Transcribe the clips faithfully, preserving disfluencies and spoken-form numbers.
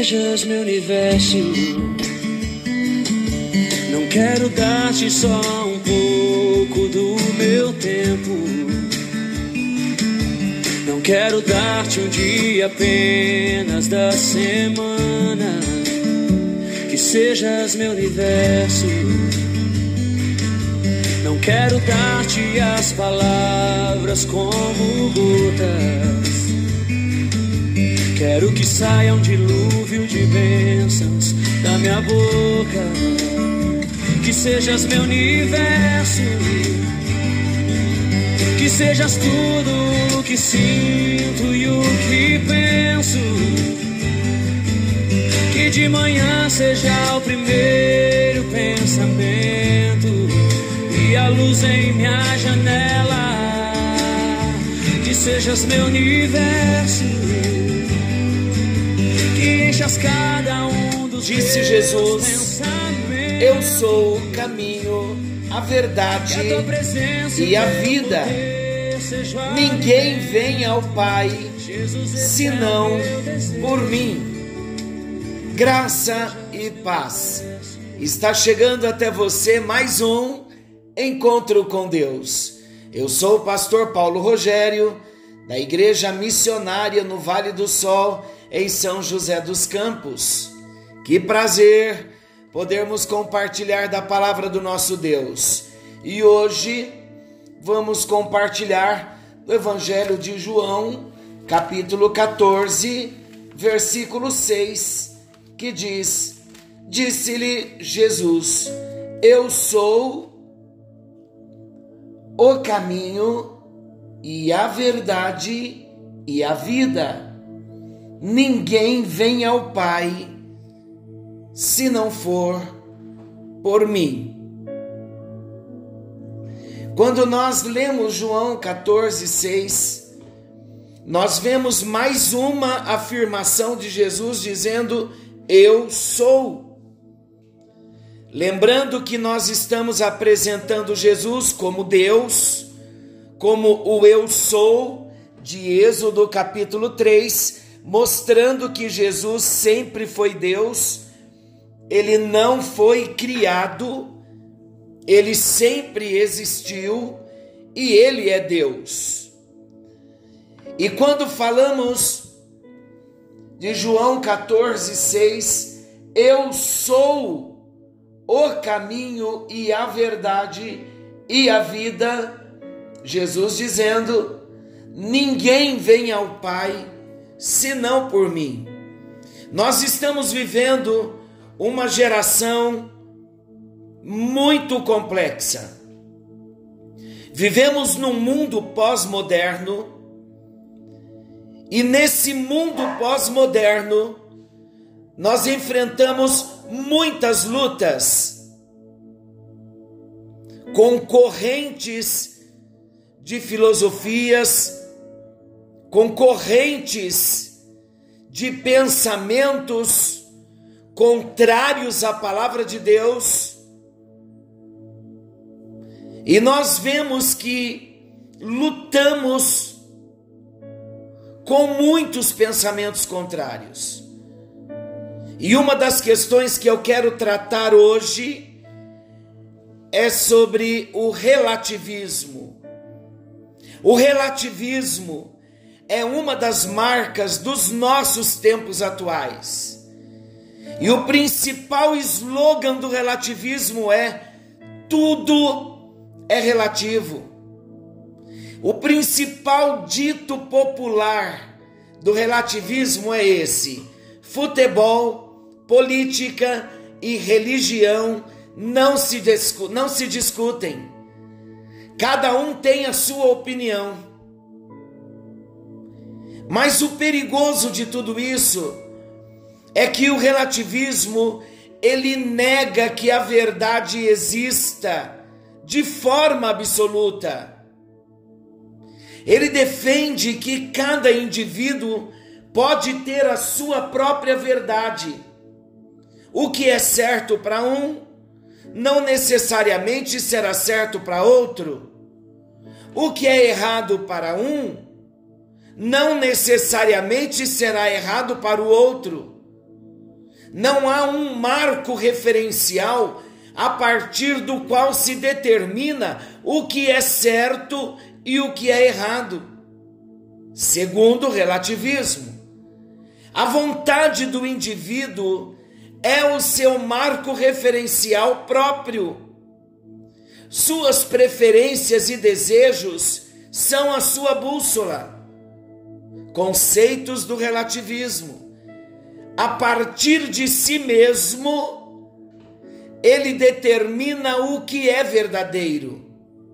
sejas meu universo. Não quero dar-te só um pouco do meu tempo. Não quero dar-te um dia apenas da semana. Que sejas meu universo. Não quero dar-te as palavras como gotas. Quero que saia um dilúvio de bênçãos da minha boca. Que sejas meu universo. Que sejas tudo o que sinto e o que penso. Que de manhã seja o primeiro pensamento e a luz em minha janela. Que sejas meu universo. Que enchas cada um dos Disse Jesus: eu sou o caminho, a verdade e a vida. Ninguém vem ao Pai senão por mim. Graça e paz. Está chegando até você mais um Encontro com Deus. Eu sou o pastor Paulo Rogério, da Igreja Missionária no Vale do Sol, em São José dos Campos. Que prazer podermos compartilhar da palavra do nosso Deus. E hoje vamos compartilhar do Evangelho de João, capítulo catorze, versículo seis, que diz: disse-lhe Jesus: eu sou o caminho e a verdade e a vida. Ninguém vem ao Pai se não for por mim. Quando nós lemos João catorze, seis, nós vemos mais uma afirmação de Jesus dizendo: eu sou. Lembrando que nós estamos apresentando Jesus como Deus, como o eu sou de Êxodo capítulo três, mostrando que Jesus sempre foi Deus. Ele não foi criado, ele sempre existiu e ele é Deus. E quando falamos de João catorze, seis, eu sou o caminho e a verdade e a vida, Jesus dizendo: ninguém vem ao Pai senão por mim. Nós estamos vivendo uma geração muito complexa. Vivemos num mundo pós-moderno, e nesse mundo pós-moderno nós enfrentamos muitas lutas com correntes de filosofias, com correntes de pensamentos contrários à palavra de Deus, e nós vemos que lutamos com muitos pensamentos contrários. E uma das questões que eu quero tratar hoje é sobre o relativismo. O relativismo é uma das marcas dos nossos tempos atuais. E o principal slogan do relativismo é: tudo é relativo. O principal dito popular do relativismo é esse: futebol, política e religião não se, discu- não se discutem. Cada um tem a sua opinião. Mas o perigoso de tudo isso é que o relativismo, ele nega que a verdade exista de forma absoluta. Ele defende que cada indivíduo pode ter a sua própria verdade. O que é certo para um, não necessariamente será certo para outro. O que é errado para um, não necessariamente será errado para o outro. não há um marco referencial a partir do qual se determina o que é certo e o que é errado. Segundo o relativismo, a vontade do indivíduo é o seu marco referencial próprio. Suas preferências e desejos são a sua bússola. Conceitos do relativismo. A partir de si mesmo, ele determina o que é verdadeiro.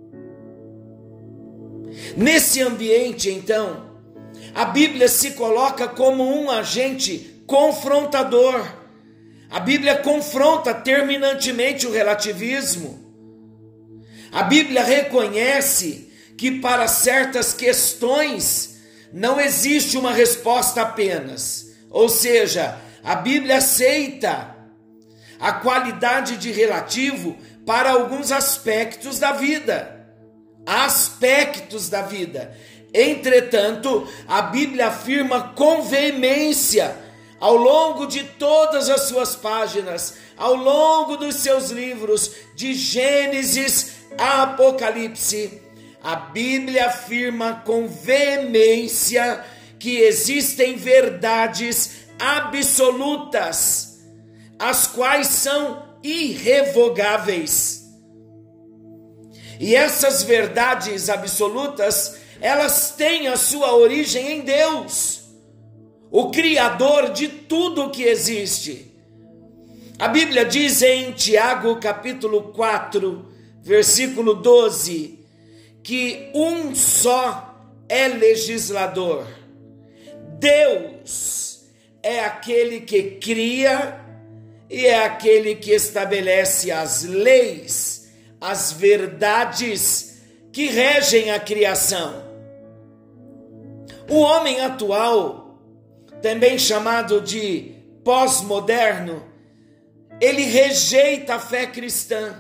Nesse ambiente, então, a Bíblia se coloca como um agente confrontador. A Bíblia confronta terminantemente o relativismo. A Bíblia reconhece que para certas questões não existe uma resposta apenas. Ou seja, a Bíblia aceita a qualidade de relativo para alguns aspectos da vida. Aspectos da vida. Entretanto, a Bíblia afirma com veemência, ao longo de todas as suas páginas, ao longo dos seus livros, de Gênesis a Apocalipse, a Bíblia afirma com veemência que existem verdades absolutas, as quais são irrevogáveis. E essas verdades absolutas, elas têm a sua origem em Deus, o Criador de tudo que existe. A Bíblia diz em Tiago capítulo quatro, versículo doze, que um só é legislador. Deus é aquele que cria e é aquele que estabelece as leis, as verdades que regem a criação. O homem atual, também chamado de pós-moderno, ele rejeita a fé cristã.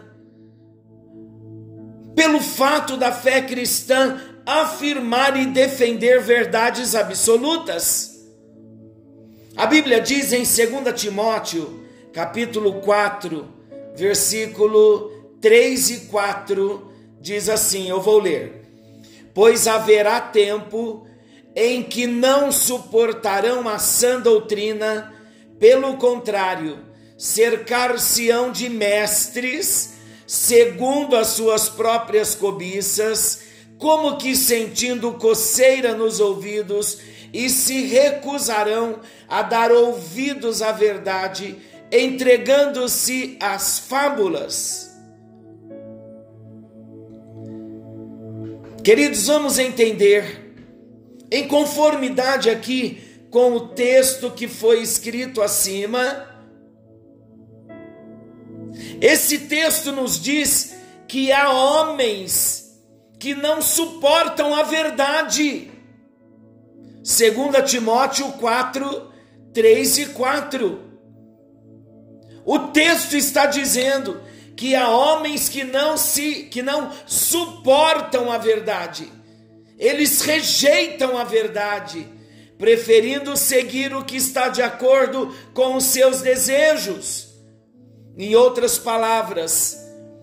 Pelo fato da fé cristã afirmar e defender verdades absolutas. A Bíblia diz em dois Timóteo, capítulo quatro, versículo três e quatro, diz assim, eu vou ler. Pois haverá tempo em que não suportarão a sã doutrina, pelo contrário, cercar-se-ão de mestres, segundo as suas próprias cobiças, como que sentindo coceira nos ouvidos, e se recusarão a dar ouvidos à verdade, entregando-se às fábulas. Queridos, vamos entender, em conformidade aqui com o texto que foi escrito acima, esse texto nos diz que há homens que não suportam a verdade. Segundo Timóteo quatro, três e quatro. O texto está dizendo que há homens que não se, que não suportam a verdade. Eles rejeitam a verdade, preferindo seguir o que está de acordo com os seus desejos. Em outras palavras,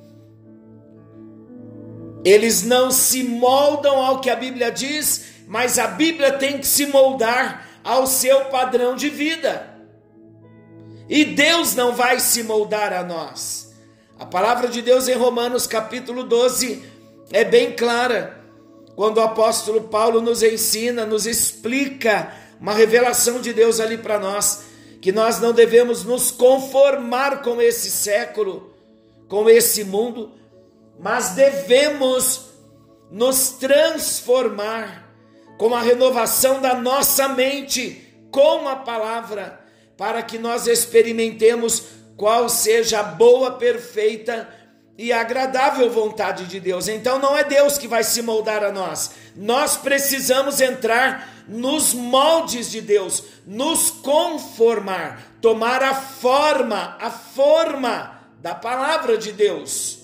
eles não se moldam ao que a Bíblia diz, mas a Bíblia tem que se moldar ao seu padrão de vida. E Deus não vai se moldar a nós. A palavra de Deus em Romanos capítulo doze é bem clara, quando o apóstolo Paulo nos ensina, nos explica uma revelação de Deus ali para nós, que nós não devemos nos conformar com esse século, com esse mundo, mas devemos nos transformar com a renovação da nossa mente, com a palavra, para que nós experimentemos qual seja a boa, perfeita e agradável vontade de Deus. Então não é Deus que vai se moldar a nós, nós precisamos entrar nos moldes de Deus, nos conformar, tomar a forma, a forma da palavra de Deus.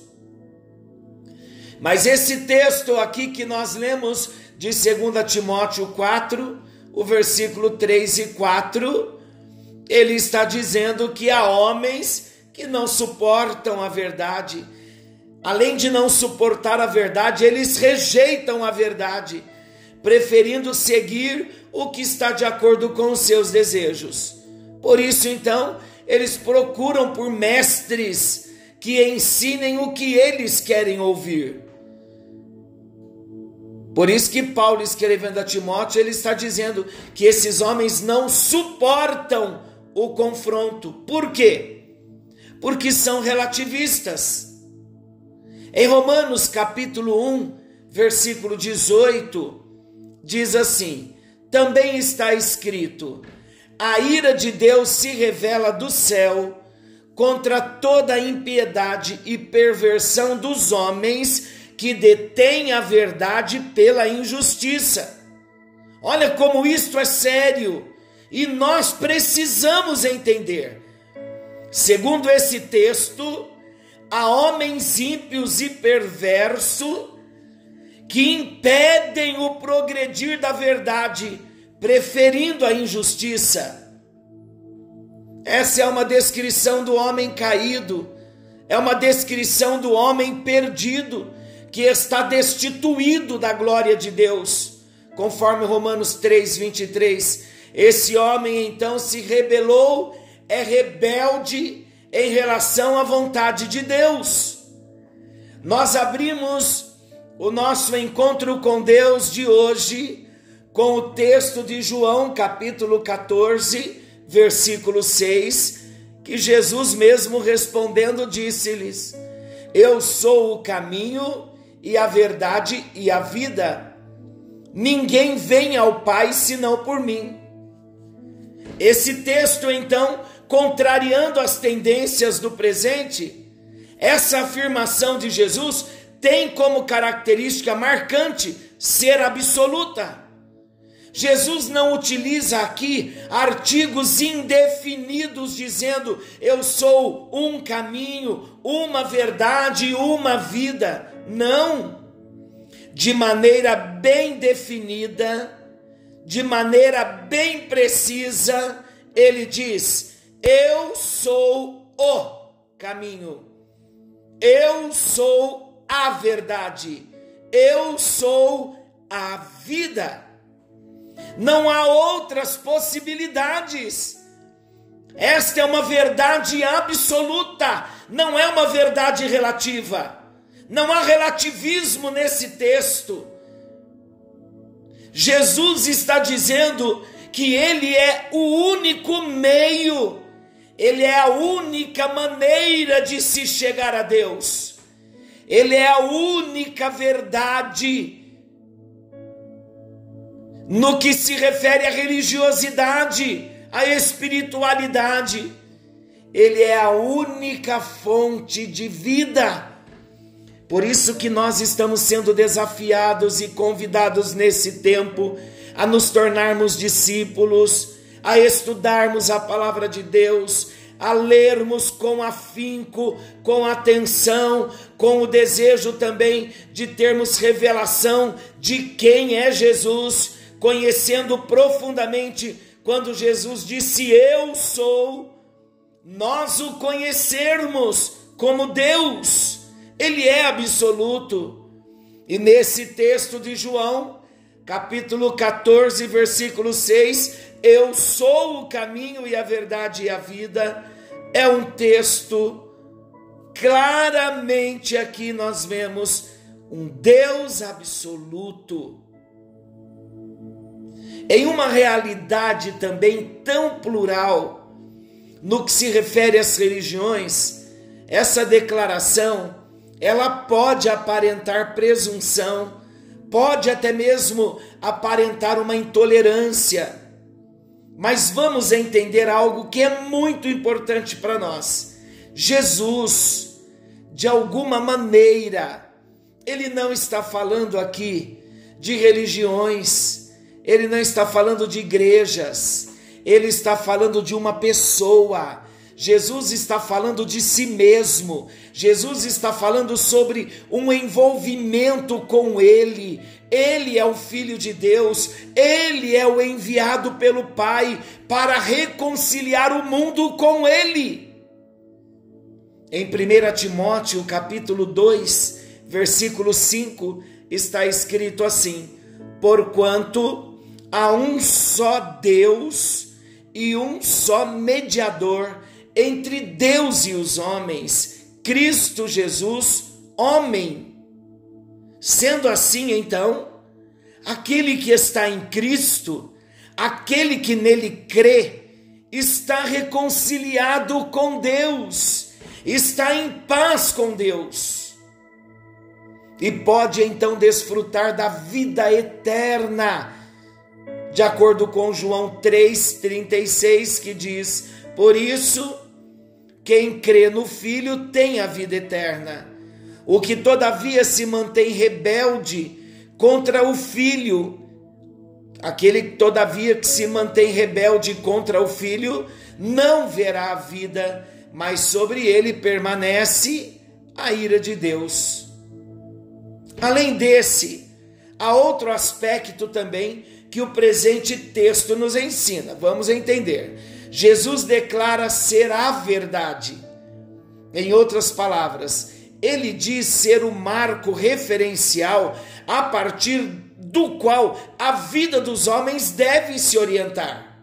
Mas esse texto aqui que nós lemos de dois Timóteo quatro, o versículo três e quatro, Ele está dizendo que há homens que não suportam a verdade. Além de não suportar a verdade, eles rejeitam a verdade, preferindo seguir o que está de acordo com os seus desejos. Por isso, então, eles procuram por mestres que ensinem o que eles querem ouvir. Por isso que Paulo, escrevendo a Timóteo, ele está dizendo que esses homens não suportam o confronto. Por quê? Porque são relativistas. Em Romanos capítulo um, versículo dezoito, diz assim: também está escrito: a ira de Deus se revela do céu contra toda a impiedade e perversão dos homens que detêm a verdade pela injustiça. Olha como isto é sério e nós precisamos entender. Segundo esse texto, há homens ímpios e perversos que impedem o progredir da verdade, preferindo a injustiça. Essa é uma descrição do homem caído, é uma descrição do homem perdido, que está destituído da glória de Deus. Conforme Romanos três, vinte e três, esse homem então se rebelou, é rebelde em relação à vontade de Deus. Nós abrimos o nosso encontro com Deus de hoje com o texto de João capítulo catorze, versículo seis, que Jesus mesmo respondendo disse-lhes: eu sou o caminho e a verdade e a vida. Ninguém vem ao Pai senão por mim. Esse texto, então, contrariando as tendências do presente, essa afirmação de Jesus tem como característica marcante ser absoluta. Jesus não utiliza aqui artigos indefinidos dizendo eu sou um caminho, uma verdade e uma vida. Não. De maneira bem definida, de maneira bem precisa, ele diz: eu sou o caminho, eu sou a verdade, eu sou a vida. Não há outras possibilidades. Esta é uma verdade absoluta, não é uma verdade relativa. Não há relativismo nesse texto. Jesus está dizendo que ele é o único meio, ele é a única maneira de se chegar a Deus. Ele é a única verdade no que se refere à religiosidade, à espiritualidade. Ele é a única fonte de vida. Por isso que nós estamos sendo desafiados e convidados nesse tempo a nos tornarmos discípulos, a estudarmos a palavra de Deus, a lermos com afinco, com atenção, com o desejo também de termos revelação de quem é Jesus, conhecendo profundamente quando Jesus disse eu sou, nós o conhecermos como Deus. Ele é absoluto. E nesse texto de João, capítulo catorze, versículo seis, eu sou o caminho e a verdade e a vida, é um texto, claramente aqui nós vemos um Deus absoluto. Em uma realidade também tão plural, no que se refere às religiões, essa declaração ela pode aparentar presunção, pode até mesmo aparentar uma intolerância, mas vamos entender algo que é muito importante para nós. Jesus, de alguma maneira, ele não está falando aqui de religiões, ele não está falando de igrejas, ele está falando de uma pessoa. Jesus está falando de si mesmo. Jesus está falando sobre um envolvimento com Ele. Ele é o Filho de Deus. Ele é o enviado pelo Pai para reconciliar o mundo com Ele. Em primeiro Timóteo, capítulo dois, versículo cinco, está escrito assim: porquanto há um só Deus e um só mediador entre Deus e os homens, Cristo Jesus, homem. Sendo assim, então, aquele que está em Cristo, aquele que nele crê, está reconciliado com Deus, está em paz com Deus, e pode então desfrutar da vida eterna, de acordo com João três, trinta e seis, que diz: por isso, quem crê no Filho tem a vida eterna. O que todavia se mantém rebelde contra o Filho, aquele todavia que se mantém rebelde contra o Filho, não verá a vida, mas sobre ele permanece a ira de Deus. Além desse, há outro aspecto também que o presente texto nos ensina. Vamos entender. Jesus declara ser a verdade. Em outras palavras, ele diz ser o marco referencial a partir do qual a vida dos homens deve se orientar.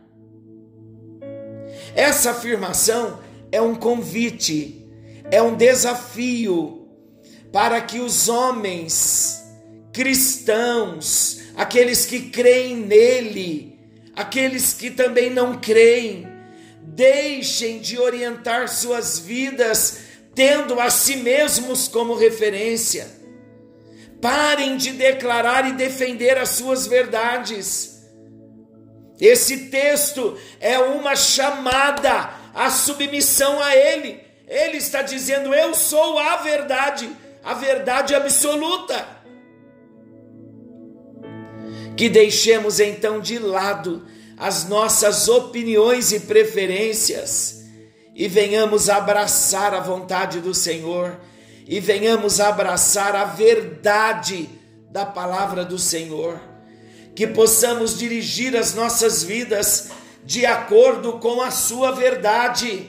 Essa afirmação é um convite, é um desafio para que os homens cristãos, aqueles que creem nele, aqueles que também não creem, deixem de orientar suas vidas tendo a si mesmos como referência. Parem de declarar e defender as suas verdades. Esse texto é uma chamada à submissão a ele. Ele está dizendo: eu sou a verdade, a verdade absoluta. Que deixemos então de lado as nossas opiniões e preferências e venhamos abraçar a vontade do Senhor e venhamos abraçar a verdade da palavra do Senhor, que possamos dirigir as nossas vidas de acordo com a sua verdade.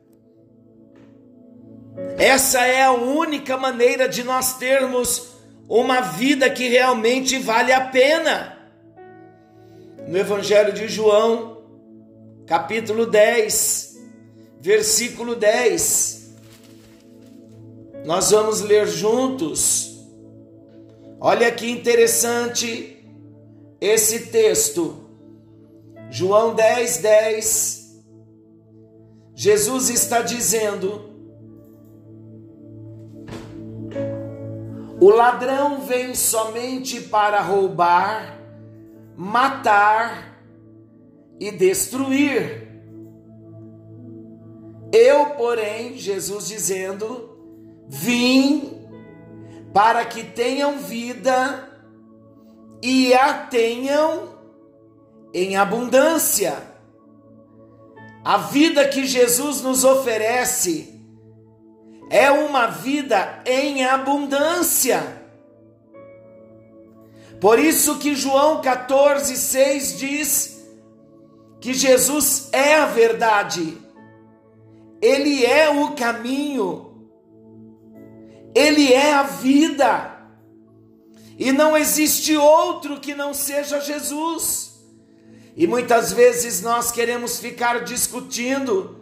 Essa é a única maneira de nós termos uma vida que realmente vale a pena. No Evangelho de João, capítulo dez, versículo dez, nós vamos ler juntos. Olha que interessante esse texto. João dez, dez, Jesus está dizendo: o ladrão vem somente para roubar, matar e destruir. Eu, porém, Jesus dizendo, vim para que tenham vida e a tenham em abundância. A vida que Jesus nos oferece é uma vida em abundância. Por isso que João quatorze, seis diz que Jesus é a verdade, Ele é o caminho, Ele é a vida, e não existe outro que não seja Jesus. E muitas vezes nós queremos ficar discutindo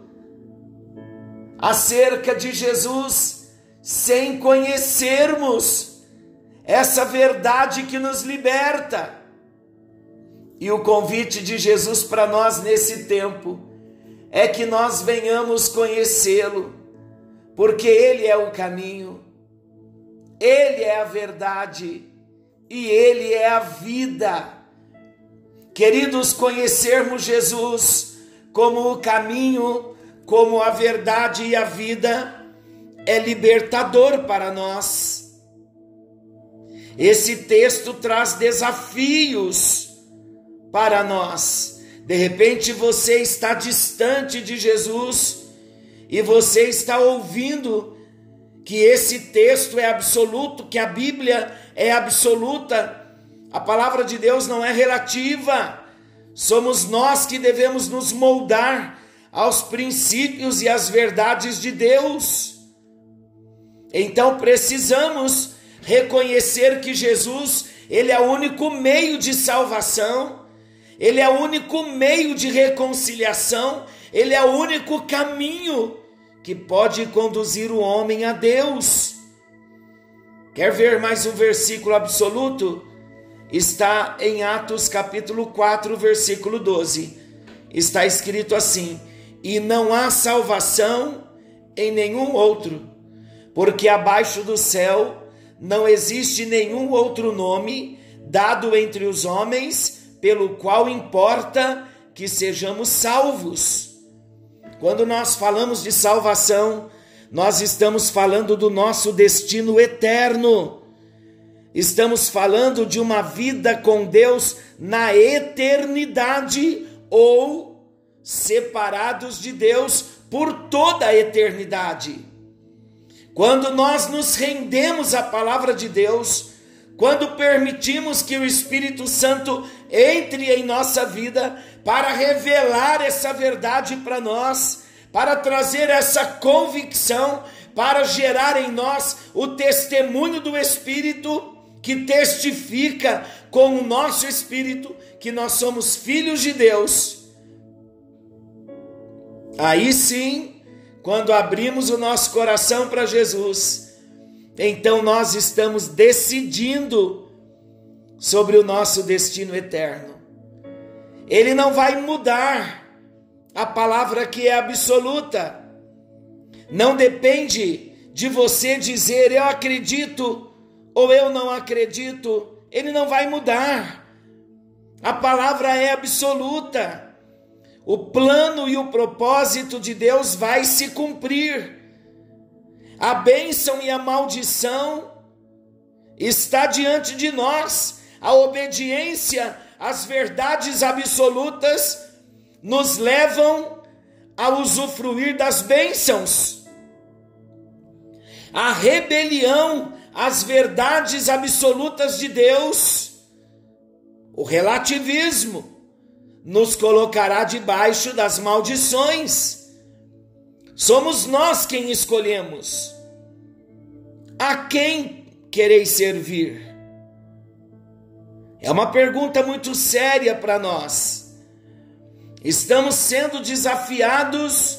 acerca de Jesus sem conhecermos essa verdade que nos liberta. E o convite de Jesus para nós nesse tempo é que nós venhamos conhecê-lo, porque Ele é o caminho, Ele é a verdade e Ele é a vida. Queridos, conhecermos Jesus como o caminho, como a verdade e a vida é libertador para nós. Esse texto traz desafios para nós. De repente você está distante de Jesus e você está ouvindo que esse texto é absoluto, que a Bíblia é absoluta, a palavra de Deus não é relativa, somos nós que devemos nos moldar aos princípios e às verdades de Deus. Então precisamos reconhecer que Jesus, ele é o único meio de salvação, ele é o único meio de reconciliação, ele é o único caminho que pode conduzir o homem a Deus. Quer ver mais um versículo absoluto? Está em Atos capítulo quatro, versículo doze. Está escrito assim: e não há salvação em nenhum outro, porque abaixo do céu não existe nenhum outro nome dado entre os homens pelo qual importa que sejamos salvos. Quando nós falamos de salvação, nós estamos falando do nosso destino eterno. Estamos falando de uma vida com Deus na eternidade ou separados de Deus por toda a eternidade. Quando nós nos rendemos à palavra de Deus, quando permitimos que o Espírito Santo entre em nossa vida para revelar essa verdade para nós, para trazer essa convicção, para gerar em nós o testemunho do Espírito, que testifica com o nosso espírito que nós somos filhos de Deus. Aí sim, quando abrimos o nosso coração para Jesus, então nós estamos decidindo sobre o nosso destino eterno. Ele não vai mudar a palavra que é absoluta. Não depende de você dizer eu acredito ou eu não acredito, ele não vai mudar. A palavra é absoluta. O plano e o propósito de Deus vai se cumprir. A bênção e a maldição está diante de nós. A obediência às verdades absolutas nos levam a usufruir das bênçãos. A rebelião as verdades absolutas de Deus, o relativismo, nos colocará debaixo das maldições. Somos nós quem escolhemos. A quem quereis servir? É uma pergunta muito séria para nós. Estamos sendo desafiados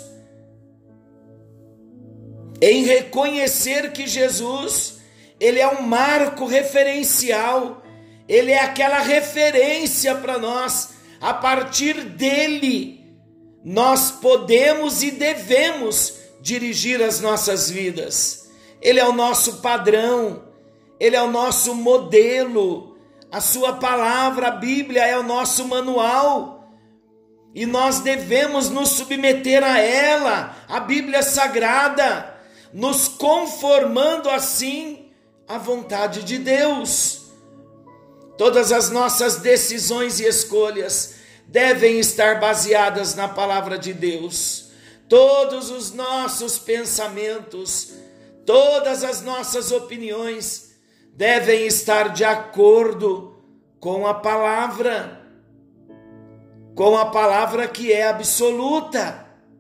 em reconhecer que Jesus, ele é um marco referencial, ele é aquela referência para nós. A partir dele, nós podemos e devemos dirigir as nossas vidas. Ele é o nosso padrão, ele é o nosso modelo, a sua palavra, a Bíblia, é o nosso manual, e nós devemos nos submeter a ela, a Bíblia Sagrada, nos conformando assim à vontade de Deus. Todas as nossas decisões e escolhas devem estar baseadas na palavra de Deus. Todos os nossos pensamentos, todas as nossas opiniões devem estar de acordo com a palavra, com a palavra que é absoluta.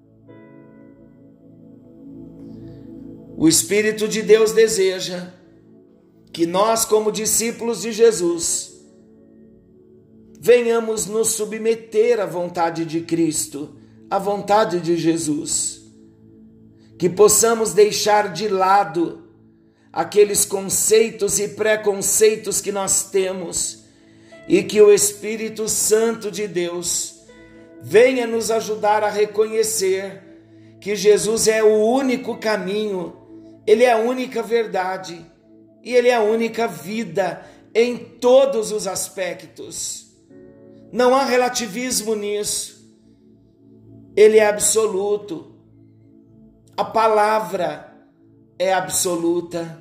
O Espírito de Deus deseja que nós, como discípulos de Jesus, venhamos nos submeter à vontade de Cristo, à vontade de Jesus, que possamos deixar de lado aqueles conceitos e preconceitos que nós temos e que o Espírito Santo de Deus venha nos ajudar a reconhecer que Jesus é o único caminho, ele é a única verdade e ele é a única vida em todos os aspectos. Não há relativismo nisso. Ele é absoluto. A palavra é absoluta.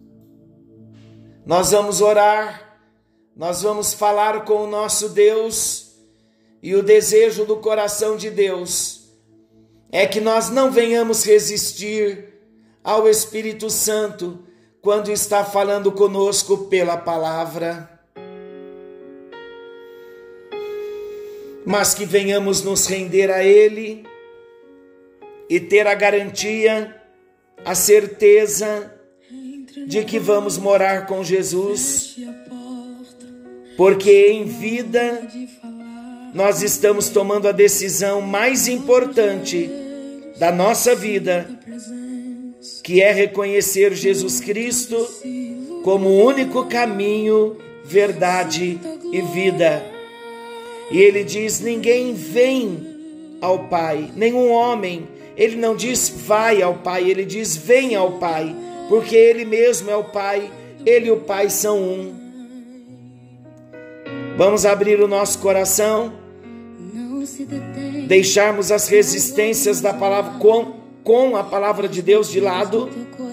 Nós vamos orar, nós vamos falar com o nosso Deus, e o desejo do coração de Deus é que nós não venhamos resistir ao Espírito Santo quando está falando conosco pela palavra, mas que venhamos nos render a Ele e ter a garantia, a certeza de que vamos morar com Jesus, porque em vida nós estamos tomando a decisão mais importante da nossa vida, que é reconhecer Jesus Cristo como o único caminho, verdade e vida. E ele diz: ninguém vem ao Pai, nenhum homem. Ele não diz vai ao Pai, ele diz vem ao Pai, porque ele mesmo é o Pai, ele e o Pai são um. Vamos abrir o nosso coração, deixarmos as resistências da palavra com, com a palavra de Deus de lado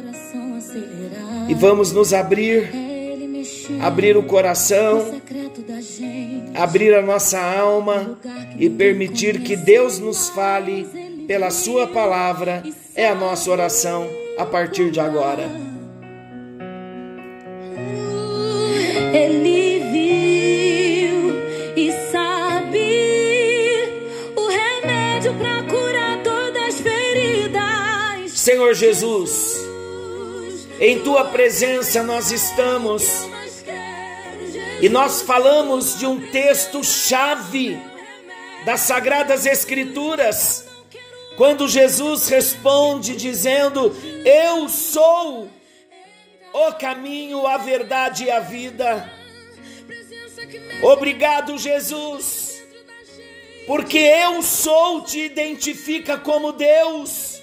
e vamos nos abrir, abrir o coração, abrir a nossa alma e permitir que Deus nos fale pela sua palavra. É a nossa oração a partir de agora. Ele viu e sabe o remédio para curar todas as feridas. Senhor Jesus, em tua presença nós estamos e nós falamos de um texto-chave das Sagradas Escrituras, quando Jesus responde dizendo: eu sou o caminho, a verdade e a vida. Obrigado, Jesus, porque eu sou te identifica como Deus,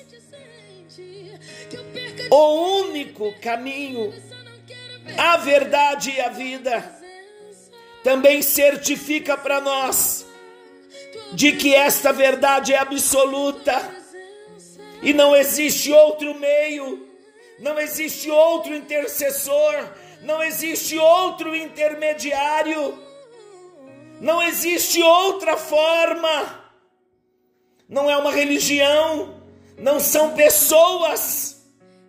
o único caminho, a verdade e a vida. Também certifica para nós de que esta verdade é absoluta e não existe outro meio, não existe outro intercessor, não existe outro intermediário, não existe outra forma. Não é uma religião, não são pessoas,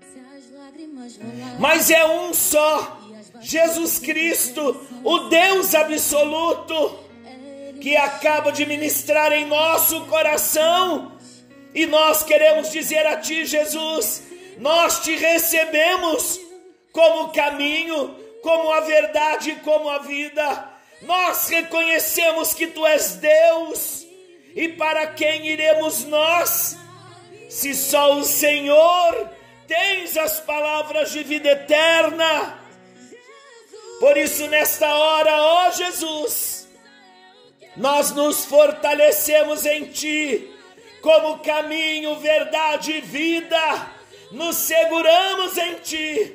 mas é um só, Jesus Cristo, o Deus absoluto, que acaba de ministrar em nosso coração. E nós queremos dizer a ti, Jesus, nós te recebemos como o caminho, como a verdade e como a vida. Nós reconhecemos que tu és Deus, e para quem iremos nós, se só o Senhor tens as palavras de vida eterna. Por isso nesta hora, ó Jesus, nós nos fortalecemos em ti, como caminho, verdade e vida, nos seguramos em ti,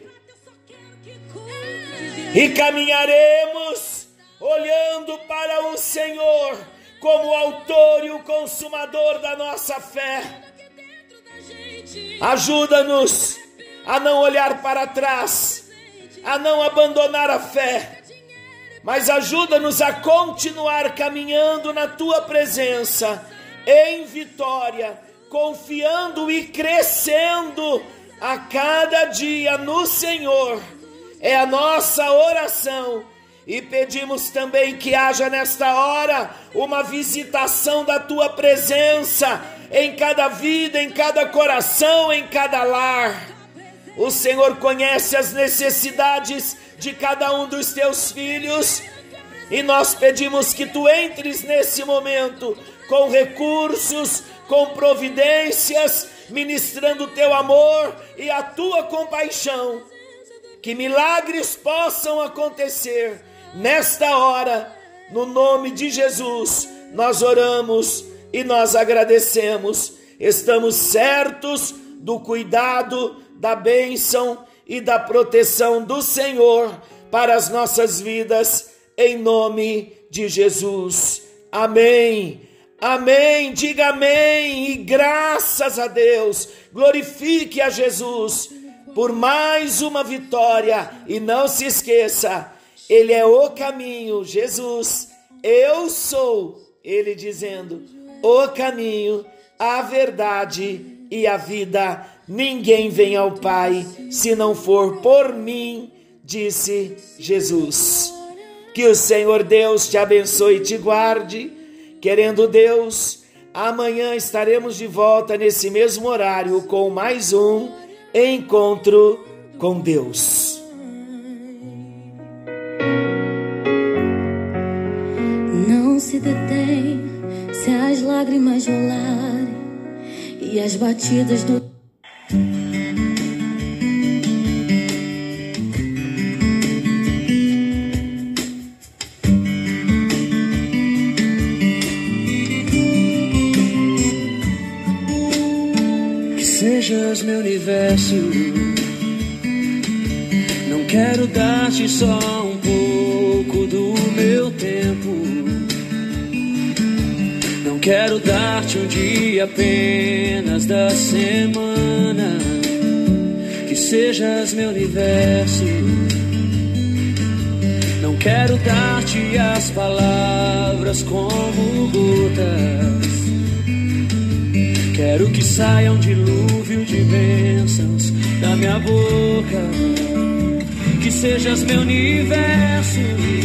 e caminharemos olhando para o Senhor, como o autor e o consumador da nossa fé. Ajuda-nos a não olhar para trás, a não abandonar a fé, mas ajuda-nos a continuar caminhando na tua presença, em vitória, confiando e crescendo a cada dia no Senhor. É a nossa oração, e pedimos também que haja nesta hora uma visitação da tua presença em cada vida, em cada coração, em cada lar. O Senhor conhece as necessidades de cada um dos teus filhos, e nós pedimos que tu entres nesse momento com recursos, com providências, ministrando o teu amor e a tua compaixão. Que milagres possam acontecer nesta hora, no nome de Jesus. Nós oramos e nós agradecemos. Estamos certos do cuidado, da bênção e da proteção do Senhor para as nossas vidas, em nome de Jesus. Amém. Amém, diga amém e graças a Deus. Glorifique a Jesus por mais uma vitória, e não se esqueça, Ele é o caminho. Jesus, eu sou, Ele dizendo, o caminho, a verdade e a vida. Ninguém vem ao Pai se não for por mim, disse Jesus. Que o Senhor Deus te abençoe e te guarde. Querendo Deus, amanhã estaremos de volta nesse mesmo horário com mais um Encontro com Deus. Não se detém se as lágrimas rolarem e as batidas do... Sejas meu universo, não quero dar-te só um pouco do meu tempo, não quero dar-te um dia apenas da semana. Que sejas meu universo, não quero dar-te as palavras como gotas, quero que saia um dilúvio de bênçãos da minha boca. Que sejas meu universo,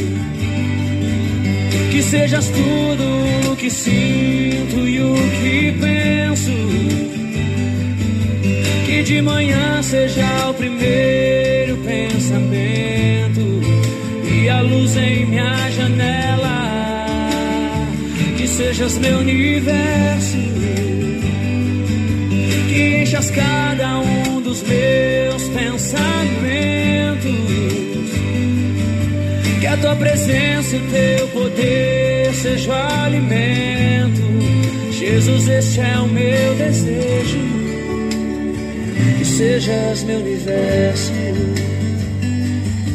que sejas tudo o que sinto e o que penso. Que de manhã seja o primeiro pensamento e a luz em minha janela. Que sejas meu universo, que enchas cada um dos meus pensamentos. Que a tua presença e o teu poder seja o alimento. Jesus, este é o meu desejo. Que sejas meu universo.